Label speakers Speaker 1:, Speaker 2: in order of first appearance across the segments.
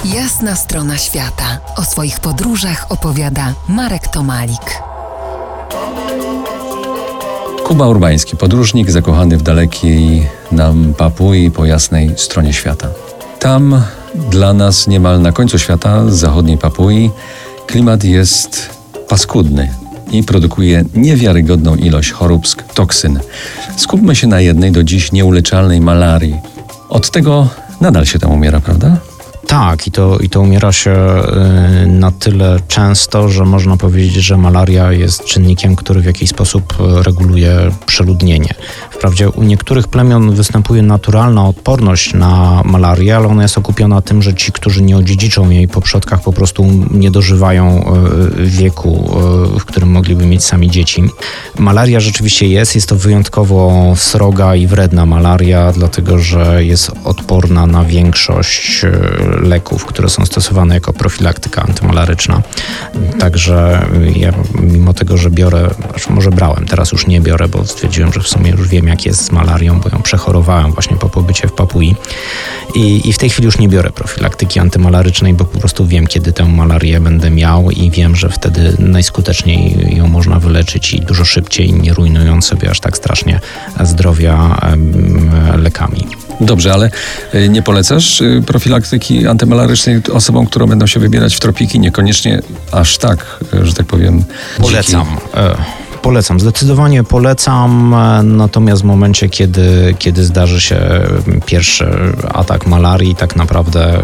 Speaker 1: Jasna strona świata. O swoich podróżach opowiada Marek Tomalik.
Speaker 2: Kuba Urbański, podróżnik zakochany w dalekiej nam Papui po jasnej stronie świata. Tam, dla nas niemal na końcu świata, z zachodniej Papui, klimat jest paskudny i produkuje niewiarygodną ilość chorób z toksyn. Skupmy się na jednej do dziś nieuleczalnej malarii. Od tego nadal się tam umiera, prawda?
Speaker 3: Tak, i to umiera się na tyle często, że można powiedzieć, że malaria jest czynnikiem, który w jakiś sposób reguluje przeludnienie. Wprawdzie u niektórych plemion występuje naturalna odporność na malarię, ale ona jest okupiona tym, że ci, którzy nie odziedziczą jej po przodkach, po prostu nie dożywają wieku, w którym mogliby mieć sami dzieci. Malaria rzeczywiście jest to wyjątkowo sroga i wredna malaria, dlatego że jest odporna na większość leków, które są stosowane jako profilaktyka antymalaryczna. Także ja, mimo tego, że może brałem, teraz już nie biorę, bo stwierdziłem, że w sumie już wiem, jak jest z malarią, bo ją przechorowałem właśnie po pobycie w Papui. I w tej chwili już nie biorę profilaktyki antymalarycznej, bo po prostu wiem, kiedy tę malarię będę miał i wiem, że wtedy najskuteczniej ją można wyleczyć i dużo szybciej, nie rujnując sobie aż tak strasznie zdrowia lekami.
Speaker 2: Dobrze, ale nie polecasz profilaktyki antymalarycznej osobom, które będą się wybierać w tropiki? Niekoniecznie aż tak, że tak powiem.
Speaker 3: Polecam, zdecydowanie polecam, natomiast w momencie, kiedy zdarzy się pierwszy atak malarii, tak naprawdę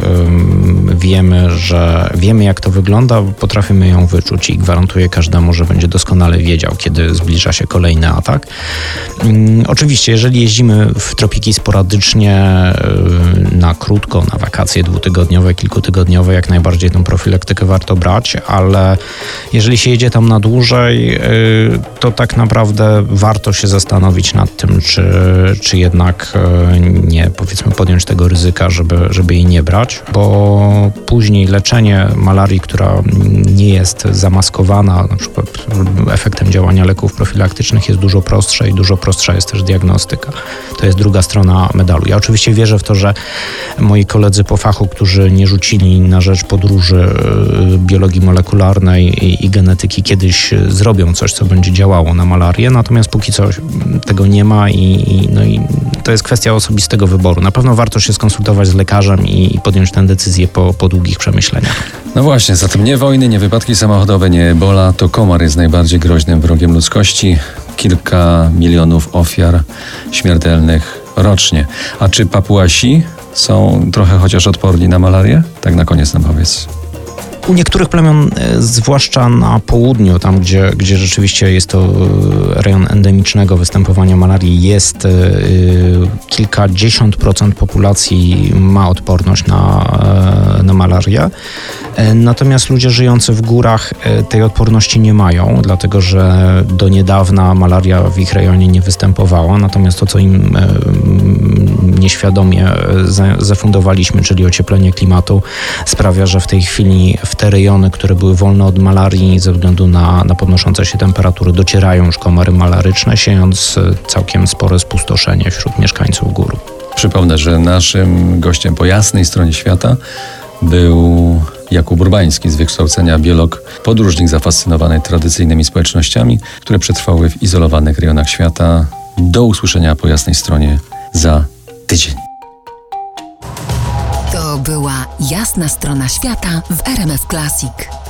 Speaker 3: wiemy, jak to wygląda, potrafimy ją wyczuć i gwarantuję każdemu, że będzie doskonale wiedział, kiedy zbliża się kolejny atak. Oczywiście, jeżeli jeździmy w tropiki sporadycznie, na krótko, na wakacje dwutygodniowe, kilkutygodniowe, jak najbardziej tę profilaktykę warto brać, ale jeżeli się jedzie tam na dłużej, to tak naprawdę warto się zastanowić nad tym, czy jednak nie, powiedzmy, podjąć tego ryzyka, żeby jej nie brać, bo później leczenie malarii, która nie jest zamaskowana, na przykład efektem działania leków profilaktycznych, jest dużo prostsze i dużo prostsza jest też diagnostyka. To jest druga strona medalu. Ja oczywiście wierzę w to, że moi koledzy po fachu, którzy nie rzucili na rzecz podróży biologii molekularnej i genetyki, kiedyś zrobią coś, co będzie działało na malarię, natomiast póki co tego nie ma i to jest kwestia osobistego wyboru. Na pewno warto się skonsultować z lekarzem i podjąć tę decyzję po długich przemyśleniach.
Speaker 2: No właśnie, zatem nie wojny, nie wypadki samochodowe, nie ebola, to komar jest najbardziej groźnym wrogiem ludzkości. Kilka milionów ofiar śmiertelnych rocznie. A czy Papuasi są trochę chociaż odporni na malarię? Tak na koniec nam powiedz.
Speaker 3: U niektórych plemion, zwłaszcza na południu, tam gdzie rzeczywiście jest to rejon endemicznego występowania malarii, jest kilkadziesiąt procent populacji ma odporność na malarię. Natomiast ludzie żyjący w górach tej odporności nie mają, dlatego że do niedawna malaria w ich rejonie nie występowała. Natomiast to, co im nieświadomie zafundowaliśmy, czyli ocieplenie klimatu, sprawia, że w tej chwili w te rejony, które były wolne od malarii ze względu na podnoszące się temperatury, docierają już komary malaryczne, siejąc całkiem spore spustoszenie wśród mieszkańców gór.
Speaker 2: Przypomnę, że naszym gościem po jasnej stronie świata był Jakub Urbański, z wykształcenia biolog, podróżnik zafascynowany tradycyjnymi społecznościami, które przetrwały w izolowanych rejonach świata. Do usłyszenia po jasnej stronie za tydzień.
Speaker 1: To była Jasna strona świata w RMF Classic.